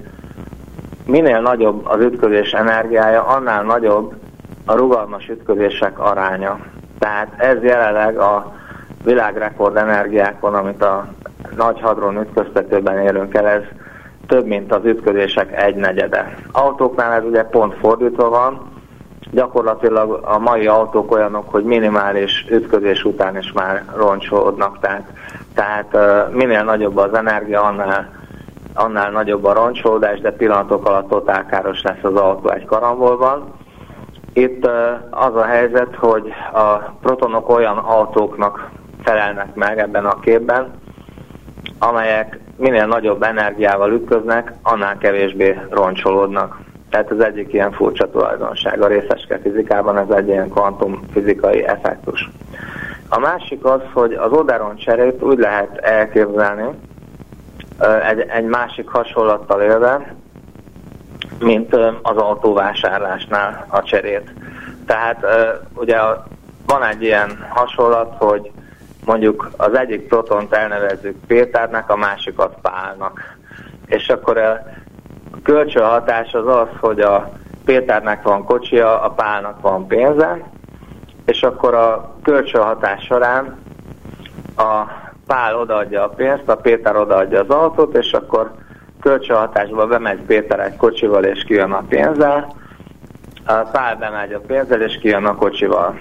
minél nagyobb az ütközés energiája, annál nagyobb a rugalmas ütközések aránya. Tehát ez jelenleg a világrekord energiákon, amit a nagy hadron ütköztetőben érünk el, ez több, mint az ütközések egynegyede. Autóknál ez ugye pont fordítva van, gyakorlatilag a mai autók olyanok, hogy minimális ütközés után is már roncsolódnak, tehát, tehát minél nagyobb az energia, annál, annál nagyobb a roncsolódás, de pillanatok alatt totálkáros lesz az autó egy karambolban. Itt az a helyzet, hogy a protonok olyan autóknak felelnek meg ebben a képben, amelyek minél nagyobb energiával ütköznek, annál kevésbé roncsolódnak. Tehát ez egyik ilyen furcsa tulajdonság a részecske fizikában, ez egy ilyen kvantumfizikai effektus. A másik az, hogy az oderon cserét úgy lehet elképzelni, egy, egy másik hasonlattal élve, mint az autóvásárlásnál a cserét. Tehát ugye van egy ilyen hasonlat, hogy mondjuk az egyik protont elnevezzük Péternek, a másikat Pálnak. És akkor a kölcsönhatás az az, hogy a Péternek van kocsia, a Pálnak van pénze, és akkor a kölcsönhatás során a Pál odaadja a pénzt, a Péter odaadja az autót, és akkor kölcsönhatásba bemegy Péter egy kocsival, és kijön a pénzzel, a Pál bemegy a pénzzel, és kijön a kocsival.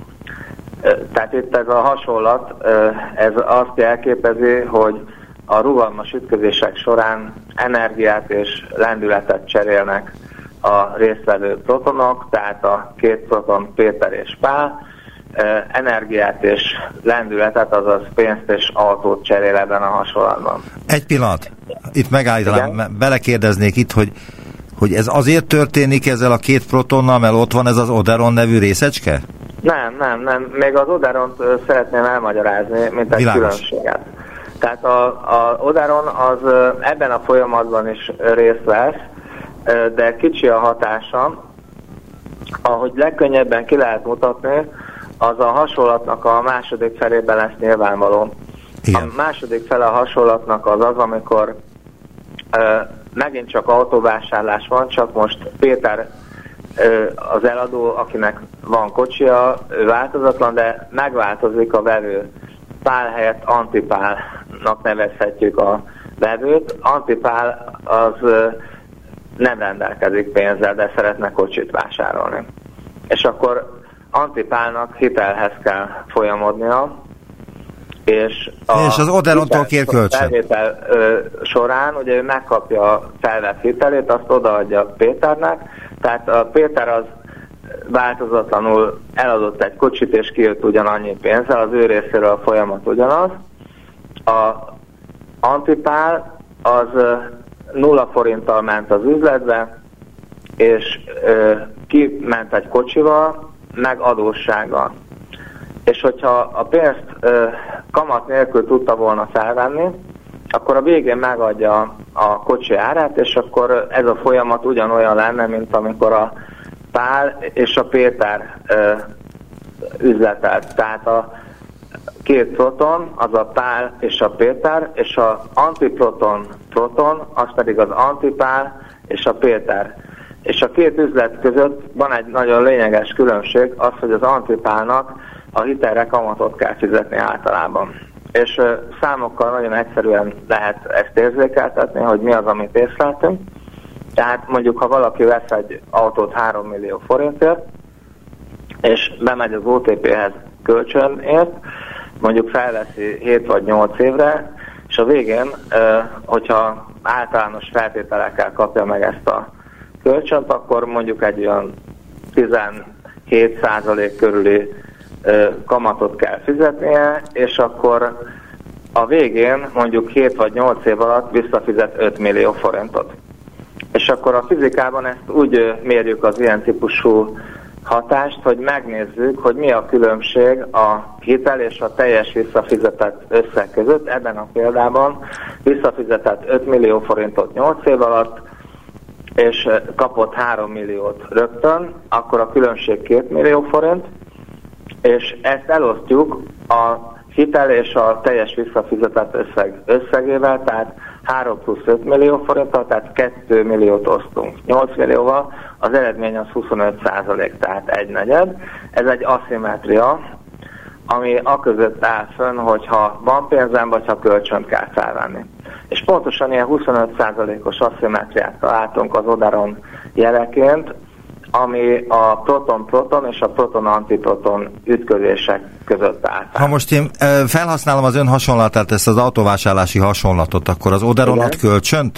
Tehát itt ez a hasonlat, ez azt jelképezi, hogy a rugalmas ütközések során energiát és lendületet cserélnek a résztvevő protonok, tehát a két proton Péter és Pál, energiát és lendületet, azaz pénzt és autót cserél ebben a hasonlatban. Egy pillanat, itt megállítanám, belekérdeznék itt, hogy, hogy ez azért történik ezzel a két protonnal, mert ott van ez az oderon nevű részecske? Nem, nem, nem. Még az oderont szeretném elmagyarázni, mint egy Világos. Különbséget. Tehát a, a oderon az ebben a folyamatban is részt vesz, de kicsi a hatása. Ahogy legkönnyebben ki lehet mutatni, az a hasonlatnak a második felében lesz nyilvánvaló. Igen. A második fele a hasonlatnak az az, amikor ö, megint csak autóvásárlás van, csak most Péter ö, az eladó, akinek van kocsia, ő változatlan, de megváltozik a vevő. Pál helyett Antipálnak nevezhetjük a vevőt. Antipál az ö, nem rendelkezik pénzzel, de szeretne kocsit vásárolni. És akkor Antipálnak hitelhez kell folyamodnia, és, a és az oderontól kér kölcsön. Felvétel ö, során ugye ő megkapja a felvett hitelét, azt odaadja Péternek, tehát a Péter az változatlanul eladott egy kocsit, és kijött ugyanannyi pénzzel, az ő részéről a folyamat ugyanaz. A Antipál az ö, nulla forinttal ment az üzletbe, és ö, kiment egy kocsival, meg adóssággal. És hogyha a pénzt ö, kamat nélkül tudta volna felvenni, akkor a végén megadja a kocsi árát, és akkor ez a folyamat ugyanolyan lenne, mint amikor a Pál és a Péter ö, üzletelt. Tehát a két proton, az a Pál és a Péter, és az antiproton proton, az pedig az Antipál és a Péter. És a két üzlet között van egy nagyon lényeges különbség, az, hogy az Antipálnak a hitelre kamatot kell fizetni általában. és számokkal nagyon egyszerűen lehet ezt érzékeltetni, hogy mi az, amit észleltünk. Tehát mondjuk, ha valaki vesz egy autót három millió forintért, és bemegy az o té péhez kölcsönért, mondjuk felveszi hét vagy nyolc évre, és a végén, hogyha általános feltételekkel kapja meg ezt a kölcsönt, akkor mondjuk egy olyan tizenhét százalék körüli kamatot kell fizetnie, és akkor a végén mondjuk hét vagy nyolc év alatt visszafizet öt millió forintot. És akkor a fizikában ezt úgy mérjük az ilyen típusú hatást, hogy megnézzük, hogy mi a különbség a hitel és a teljes visszafizetett összeg között. Ebben a példában visszafizetett öt millió forintot nyolc év alatt, és kapott három milliót rögtön, akkor a különbség két millió forint, és ezt elosztjuk a hitel és a teljes visszafizetett összeg összegével, tehát három plusz öt millió forinttal, tehát két milliót osztunk nyolc millióval, az eredmény az huszonöt százalék, tehát egy negyed. Ez egy aszimmetria, ami aközött áll fönn, hogyha van pénzem, vagy ha kölcsönt kell felvenni. És pontosan ilyen huszonöt százalékos aszimmetriát találtunk az Oderon jeleként, ami a proton-proton és a proton-antiproton ütközések között áll. Ha most én felhasználom az ön hasonlatát, ezt az autóvásárlási hasonlatot, akkor az Oderon ad kölcsönt?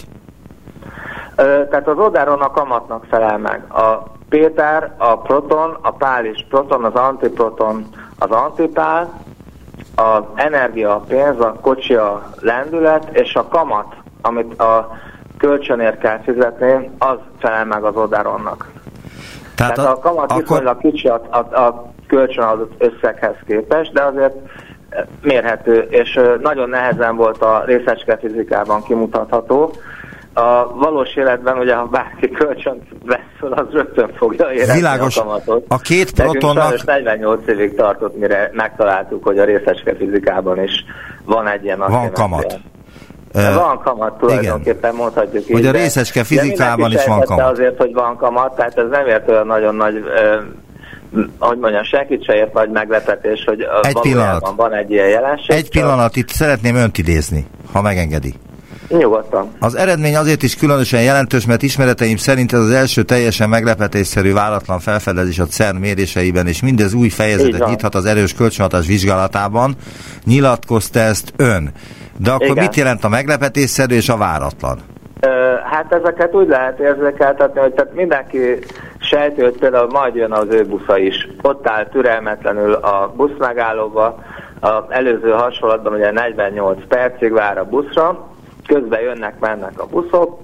Tehát az Oderon a kamatnak felel meg. A Péter, a proton, a pál is proton, az antiproton, az antipál, az energia, a pénz, a kocsi, a lendület, és a kamat, amit a kölcsönért kell fizetni, az felel meg az Oderonnak. Tehát, Tehát a, a kamat akkor... viszonylag kicsi a, a, a kölcsön adott összeghez képest, de azért mérhető, és nagyon nehezen volt a részecske fizikában kimutatható. A valós életben ugye, ha bárki kölcsönt vesz fel, az rögtön fogja érezni Világos. a kamatot. A két protonnak... negyvennyolc évig tartott, mire megtaláltuk, hogy a részecske fizikában is van egy ilyen... Van kamat. De van kamat, tulajdonképpen igen. Mondhatjuk így. Hogy a részecske fizikában is van kamat. Azért, hogy van kamat, tehát ez nem ért olyan nagyon nagy, eh, hogy mondjam, senkit se ért nagy meglepetés, hogy egy pillanat. van egy ilyen jelenség. Egy pillanat, itt szeretném önt idézni, ha megengedi. Nyugodtan. Az eredmény azért is különösen jelentős, mert ismereteim szerint ez az első teljesen meglepetésszerű váratlan felfedezés a cern méréseiben, és mindez új fejezetet nyithat az erős kölcsönhatás vizsgálatában. Nyilatkozta ezt ön. De akkor igen. Mit jelent a meglepetésszerű és a váratlan? Ö, hát ezeket úgy lehet érzékeltetni, hogy tehát mindenki sejti, hogy például majd jön az ő busza is. Ott áll türelmetlenül a busz megállóba, az előző hasonlatban ugye negyvennyolc percig vár a buszra, közben jönnek, mennek a buszok,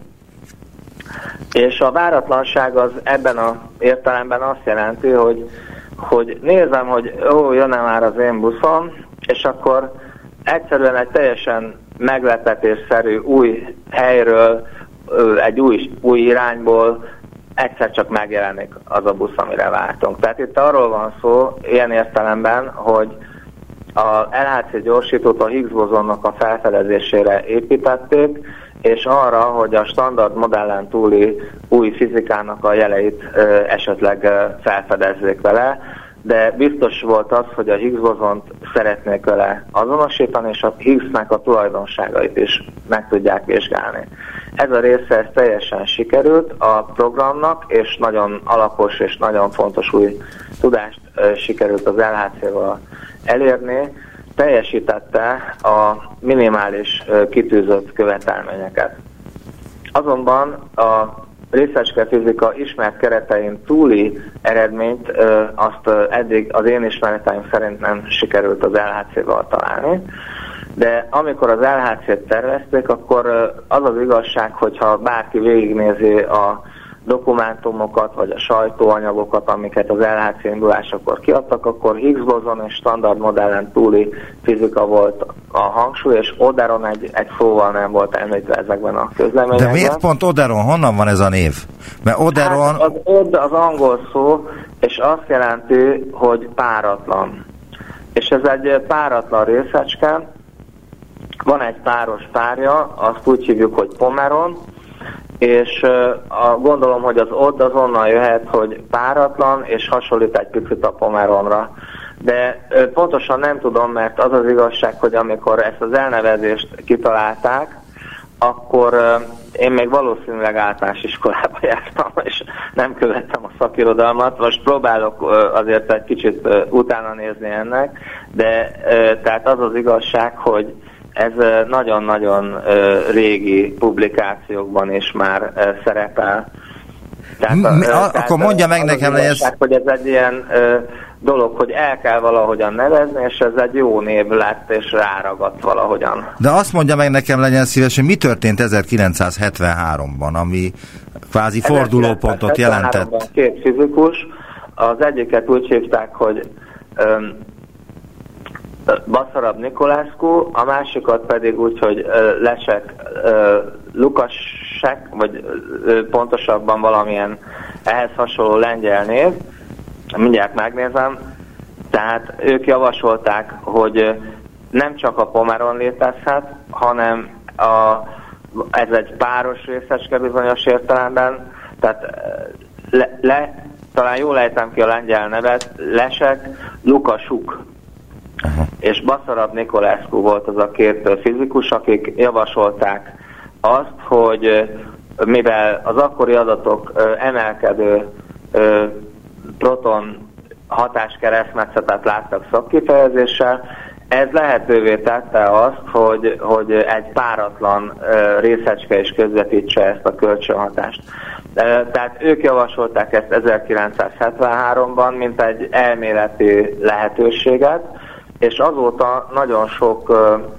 és a váratlanság az ebben az értelemben azt jelenti, hogy, hogy nézem, hogy ó, jönne már az én buszom, és akkor egyszerűen egy teljesen meglepetésszerű új helyről, egy új, új irányból egyszer csak megjelenik az a busz, amire vártunk. Tehát itt arról van szó, ilyen értelemben, hogy a el há cé gyorsítót a Higgs-bozonnak a felfedezésére építették, és arra, hogy a standard modellen túli új fizikának a jeleit ö, esetleg ö, felfedezzék vele, de biztos volt az, hogy a Higgs-bozont szeretnék vele azonosítani, és a Higgsnek a tulajdonságait is meg tudják vizsgálni. Ez a része ez teljesen sikerült a programnak, és nagyon alapos és nagyon fontos új tudást ö, sikerült az el há cé-val elérni, teljesítette a minimális ö, kitűzött követelményeket. Azonban a részecske fizika ismert keretein túli eredményt ö, azt ö, eddig az én ismereteim szerint nem sikerült az el há cé-val találni, de amikor az el há cé-t tervezték, akkor ö, az az igazság, hogyha bárki végignézi a dokumentumokat, vagy a sajtóanyagokat, amiket az el há cé indulásakor kiadtak, akkor Higgs-bozon és standard modellen túli fizika volt a hangsúly, és Oderon egy, egy szóval nem volt említve ezekben a közleményekben. De miért pont Oderon? Honnan van ez a név? Mert Oderon... Hát az od az angol szó, és azt jelenti, hogy páratlan. És ez egy páratlan részecske, van egy páros párja, azt úgy hívjuk, hogy pomeron, és a, gondolom, hogy az odd az onnan jöhet, hogy páratlan, és hasonlít egy picit a pomeronra. de pontosan nem tudom, mert az az igazság, hogy amikor ezt az elnevezést kitalálták, akkor én még valószínűleg általános iskolába jártam, és nem követtem a szakirodalmat. Most próbálok azért egy kicsit utána nézni ennek, de tehát az az igazság, hogy ez nagyon-nagyon régi publikációkban is már szerepel. Tehát, M- tehát akkor mondja meg nekem, hogy ez... hogy ez egy ilyen dolog, hogy el kell valahogyan nevezni, és ez egy jó név lett, és ráragadt valahogyan. De azt mondja meg nekem, legyen szíves, hogy mi történt ezerkilencszázhetvenháromban, ami kvázi fordulópontot jelentett? Két fizikus, az egyiket úgy hívták, hogy um, Basarab Nikolescu, a másikat pedig úgy, hogy uh, Leszek uh, Lukasek, vagy uh, pontosabban valamilyen ehhez hasonló lengyel név. Mindjárt megnézem. Tehát ők javasolták, hogy nem csak a pomeron létezhet, hanem a, ez egy páros részecske bizonyos értelemben. Tehát le, le, talán jól ejtem ki a lengyel nevet, Leszek Lukasuk. Uh-huh. És Basarab Nikolescu volt az a két fizikus, akik javasolták azt, hogy mivel az akkori adatok emelkedő proton hatáskeresztmetszetet láttak szakkifejezéssel, ez lehetővé tette azt, hogy, hogy egy páratlan részecske is közvetítse ezt a kölcsönhatást. Tehát ők javasolták ezt ezerkilencszázhetvenháromban, mint egy elméleti lehetőséget, és azóta nagyon sok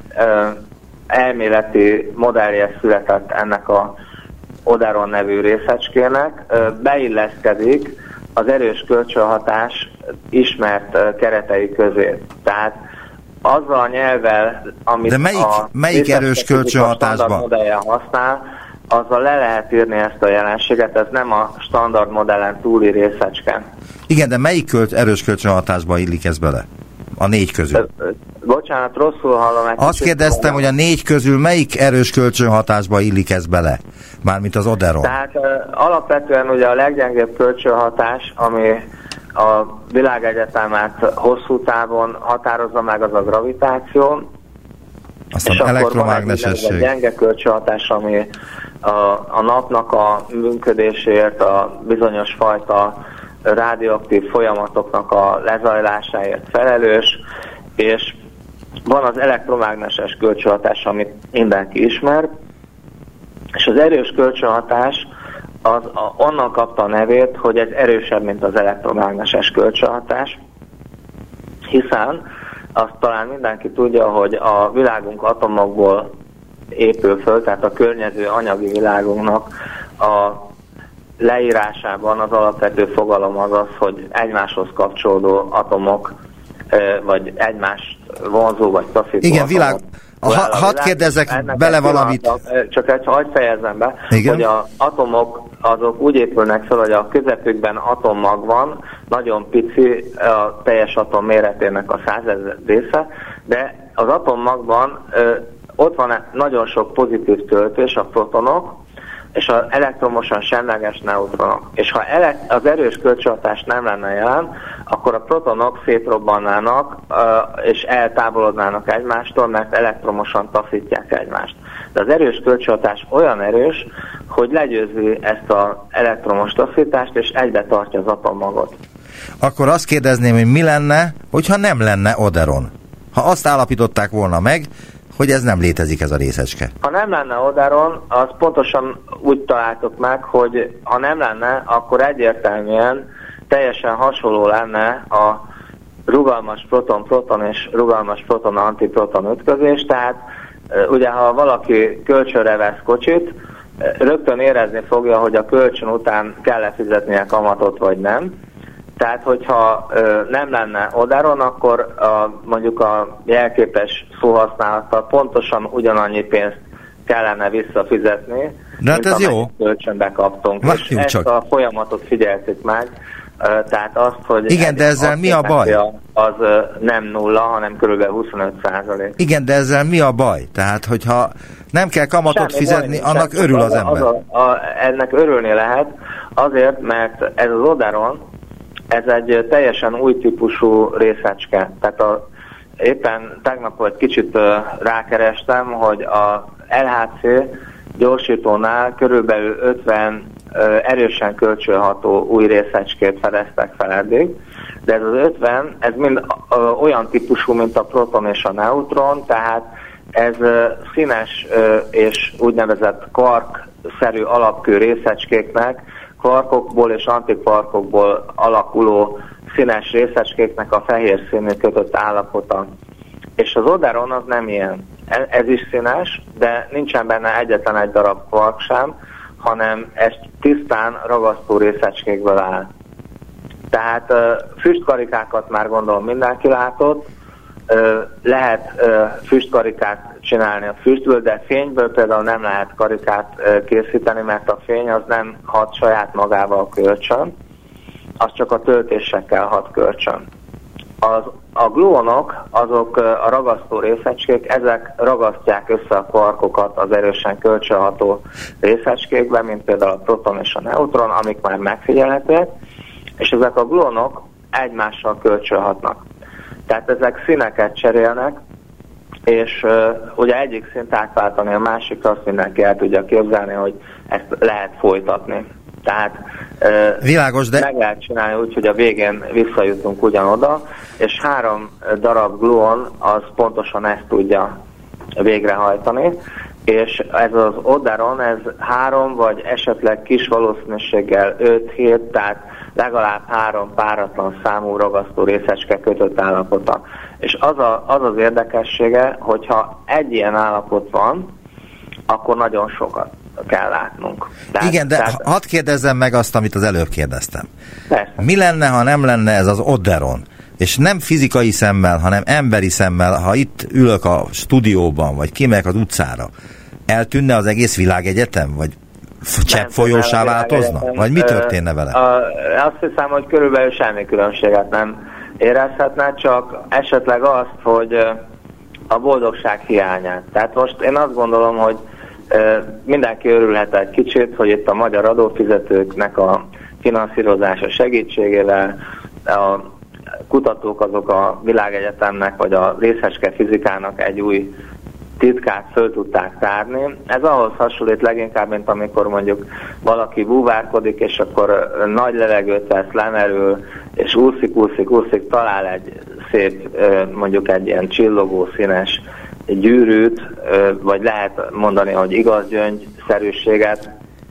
elméleti modellje született ennek a Oderon nevű részecskének, beilleszkedik az erős kölcsönhatás ismert keretei közé. Tehát azzal a nyelvvel, amit de melyik, a melyik erős kölcsönhatásban modellje használ, azzal le lehet írni ezt a jelenséget, ez nem a standard modellen túli részecske. Igen, de melyik költ, erős kölcsönhatásba illik ez bele? A négy közül. Bocsánat, rosszul hallom. Azt kérdeztem, hogy a négy közül melyik erős kölcsönhatásba illik ez bele? Mármint az Oderon. Tehát uh, alapvetően ugye a leggyengébb kölcsönhatás, ami a világegyetemet hosszú távon határozza meg, az a gravitáció. Aztán és elektromágnesesség. Akkor van egy gyenge kölcsönhatás, ami a, a napnak a működéséért, a bizonyos fajta radioaktív folyamatoknak a lezajlásáért felelős, és van az elektromágneses kölcsönhatás, amit mindenki ismer, és az erős kölcsönhatás az a, onnan kapta a nevét, hogy ez erősebb, mint az elektromágneses kölcsönhatás, hiszen azt talán mindenki tudja, hogy a világunk atomokból épül föl, tehát a környező anyagi világunknak a leírásában az alapvető fogalom az az, hogy egymáshoz kapcsolódó atomok, vagy egymást vonzó vagy taszító. Igen, világ. Ha, hadd kérdezzek bele valamit. Csak egy, hadd fejezzem be, igen? Hogy az atomok azok úgy épülnek fel, hogy a közepükben atommag van, nagyon pici a teljes atom méretének a százezer része, de az atommagban ö, ott van nagyon sok pozitív töltés, a protonok, és az elektromosan semleges neutronok. És ha ele- az erős kölcsönhatás nem lenne jelen, akkor a protonok szétrobbannának és eltávolodnának egymástól, mert elektromosan taszítják egymást. De az erős kölcsönhatás olyan erős, hogy legyőzi ezt az elektromos taszítást, és egybe tartja az atommagot. Akkor azt kérdezném, hogy mi lenne, hogyha nem lenne Oderon? Ha azt állapították volna meg, hogy ez nem létezik, ez a részecske. Ha nem lenne Oderon, az pontosan úgy találtuk meg, hogy ha nem lenne, akkor egyértelműen teljesen hasonló lenne a rugalmas proton-proton és rugalmas proton-antiproton ütközés, tehát ugye ha valaki kölcsönre vesz kocsit, rögtön érezni fogja, hogy a kölcsön után kell-e fizetnie kamatot vagy nem. Tehát, hogyha ö, nem lenne Oderon, akkor a, mondjuk a jelképes szóhasználattal pontosan ugyanannyi pénzt kellene visszafizetni, de mint hát ez jó. Kölcsönbe kaptunk. Várjunk és ezt csak. A folyamatot figyeltük meg, ö, tehát azt, hogy igen, de ezzel mi a baj? Az ö, nem nulla, hanem kb. huszonöt százalék. Igen, de ezzel mi a baj? Tehát, hogyha nem kell kamatot semmi fizetni, baj, annak örül az, az ember. Az a, a, ennek örülni lehet, azért, mert ez az Oderon, Ez egy teljesen új típusú részecske. Tehát a, éppen tegnap vagy kicsit uh, rákerestem, hogy a el há cé gyorsítónál körülbelül ötven uh, erősen kölcsönható új részecskét fedeztek fel eddig, de ez az ötven, ez mind uh, olyan típusú, mint a proton és a neutron, tehát ez uh, színes uh, és úgynevezett kvark-szerű alapkő részecskéknek, kvarkokból és antikvarkokból alakuló színes részecskéknek a fehér színű kötött állapota. És az Oderon az nem ilyen. Ez is színes, de nincsen benne egyetlen egy darab kvark sem, hanem ez tisztán ragasztó részecskékből áll. Tehát uh, füstkarikákat már gondolom mindenki látott, uh, lehet uh, füstkarikát csinálni a füstből, de fényből például nem lehet karikát uh, készíteni, mert a fény az nem hat saját magával kölcsön, az csak a töltésekkel hat kölcsön. Az, a gluonok, azok uh, a ragasztó részecskék, ezek ragasztják össze a kvarkokat az erősen kölcsönható részecskékbe, mint például a proton és a neutron, amik már megfigyelhetőek, és ezek a gluonok egymással kölcsönhatnak. Tehát ezek színeket cserélnek, és uh, ugye egyik színt átváltani a másikra, azt mindenki el tudja képzelni, hogy ezt lehet folytatni. Tehát uh, Világos, de... meg lehet csinálni úgy, hogy a végén visszajutunk ugyanoda, és három darab gluon az pontosan ezt tudja végrehajtani, és ez az Oderon, ez három vagy esetleg kis valószínűséggel öt-hét, tehát legalább három páratlan számú ragasztó részecske kötött állapota. És az, a, az az érdekessége, hogyha egy ilyen állapot van, akkor nagyon sokat kell látnunk. Tehát, Igen, de tehát... hadd kérdezzem meg azt, amit az előbb kérdeztem. Persze. Mi lenne, ha nem lenne ez az Oderon? És nem fizikai szemmel, hanem emberi szemmel, ha itt ülök a stúdióban, vagy kimegyek az utcára, eltűnne az egész világegyetem? Vagy csepp folyósá változna? Vagy mi történne vele? A, azt hiszem, hogy körülbelül semmi különbséget nem érezhetne, csak esetleg azt, hogy a boldogság hiányát. Tehát most én azt gondolom, hogy mindenki örülhet egy kicsit, hogy itt a magyar adófizetőknek a finanszírozása segítségével a kutatók azok a világegyetemnek vagy a részecske fizikának egy új titkát föl tudták tárni. Ez ahhoz hasonlít leginkább, mint amikor mondjuk valaki búvárkodik, és akkor nagy levegőt vesz, lemerül, és úszik, úszik, úszik, talál egy szép, mondjuk egy ilyen csillogó színes gyűrűt, vagy lehet mondani, hogy igaz gyöngyszerűséget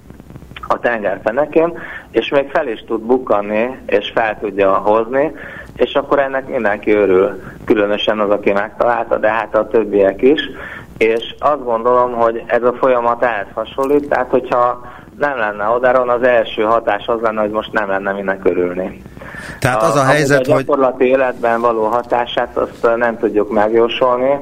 a tengerfenekén, és még fel is tud bukkanni, és fel tudja hozni, és akkor ennek mindenki örül, különösen az, aki megtalálta, de hát a többiek is, és azt gondolom, hogy ez a folyamat ehhez hasonlít, tehát hogyha nem lenne Oderon, az első hatás az lenne, hogy most nem lenne minek örülni. Tehát az a, a helyzet, hogy... A gyakorlati életben való hatását azt nem tudjuk megjósolni,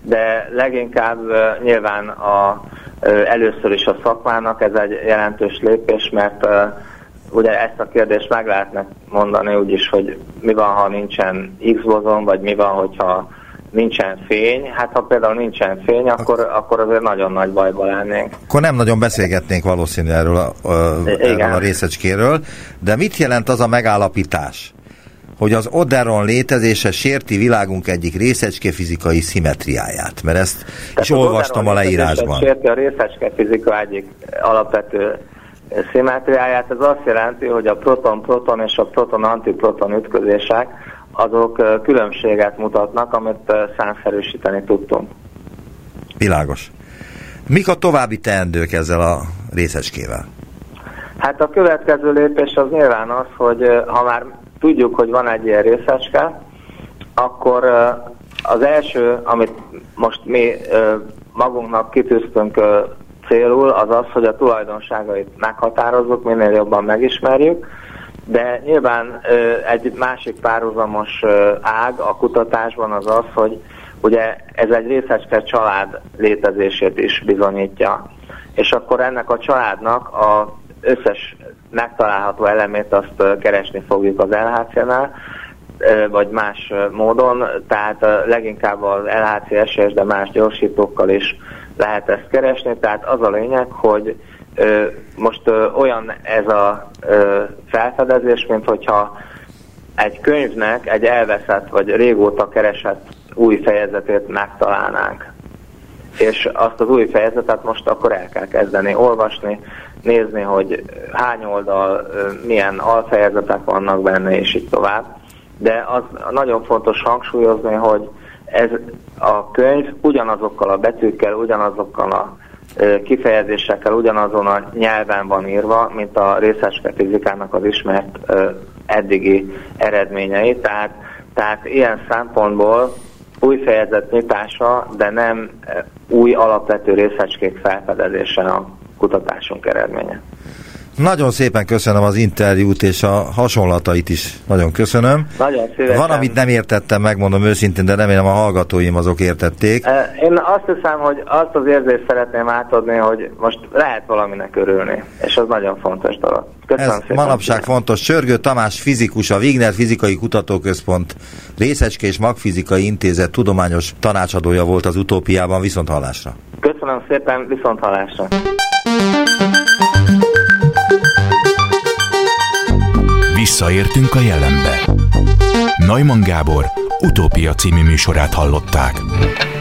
de leginkább uh, nyilván a, uh, először is a szakmának ez egy jelentős lépés, mert uh, ugye ezt a kérdést meg lehetne mondani úgyis, hogy mi van, ha nincsen X-bozon, vagy mi van, hogyha nincsen fény. Hát ha például nincsen fény, akkor, akkor azért nagyon nagy bajba lennénk. Akkor nem nagyon beszélgetnénk valószínű erről a, erről a részecskéről, de mit jelent az a megállapítás, hogy az Oderon létezése sérti világunk egyik részecske fizikai szimmetriáját? Mert ezt Tehát is olvastam a leírásban. Sérti a részecske fizika egyik alapvető szimmetriáját. Ez azt jelenti, hogy a proton-proton és a proton-antiproton ütközések azok különbséget mutatnak, amit számszerűsíteni tudtunk. Világos. Mik a további teendők ezzel a részecskével? Hát a következő lépés az nyilván az, hogy ha már tudjuk, hogy van egy ilyen részecske, akkor az első, amit most mi magunknak kitűztünk célul, az az, hogy a tulajdonságait meghatározzuk, minél jobban megismerjük, de nyilván egy másik párhuzamos ág a kutatásban az az, hogy ugye ez egy részecske család létezését is bizonyítja. És akkor ennek a családnak az összes megtalálható elemét azt keresni fogjuk az el há cé-nál, vagy más módon, tehát leginkább az el há cé es es, de más gyorsítókkal is lehet ezt keresni, tehát az a lényeg, hogy most olyan ez a felfedezés, mint hogyha egy könyvnek egy elveszett vagy régóta keresett új fejezetét megtalálnánk. És azt az új fejezetet most akkor el kell kezdeni olvasni, nézni, hogy hány oldal, milyen alfejezetek vannak benne, és így tovább. De az nagyon fontos hangsúlyozni, hogy ez a könyv ugyanazokkal a betűkkel, ugyanazokkal a kifejezésekkel, ugyanazon a nyelven van írva, mint a részecske fizikának az ismert eddigi eredményei. Tehát, tehát ilyen szempontból új fejezet nyitása, de nem új alapvető részecskék felfedezése a kutatásunk eredménye. Nagyon szépen köszönöm az interjút, és a hasonlatait is nagyon köszönöm. Nagyon szívesen. Van, amit nem értettem, megmondom őszintén, de remélem a hallgatóim azok értették. Én azt hiszem, hogy azt az érzést szeretném átadni, hogy most lehet valaminek örülni, és az nagyon fontos dolog. Köszönöm Ez szépen. manapság fontos. Csörgő Tamás fizikus, a Wigner Fizikai Kutatóközpont Részecske és Magfizikai Intézet tudományos tanácsadója volt az Utópiában. Viszonthallásra. Köszönöm szépen, viszonthallásra. Visszaértünk a jelenbe. Neumann Gábor Utópia című műsorát hallották.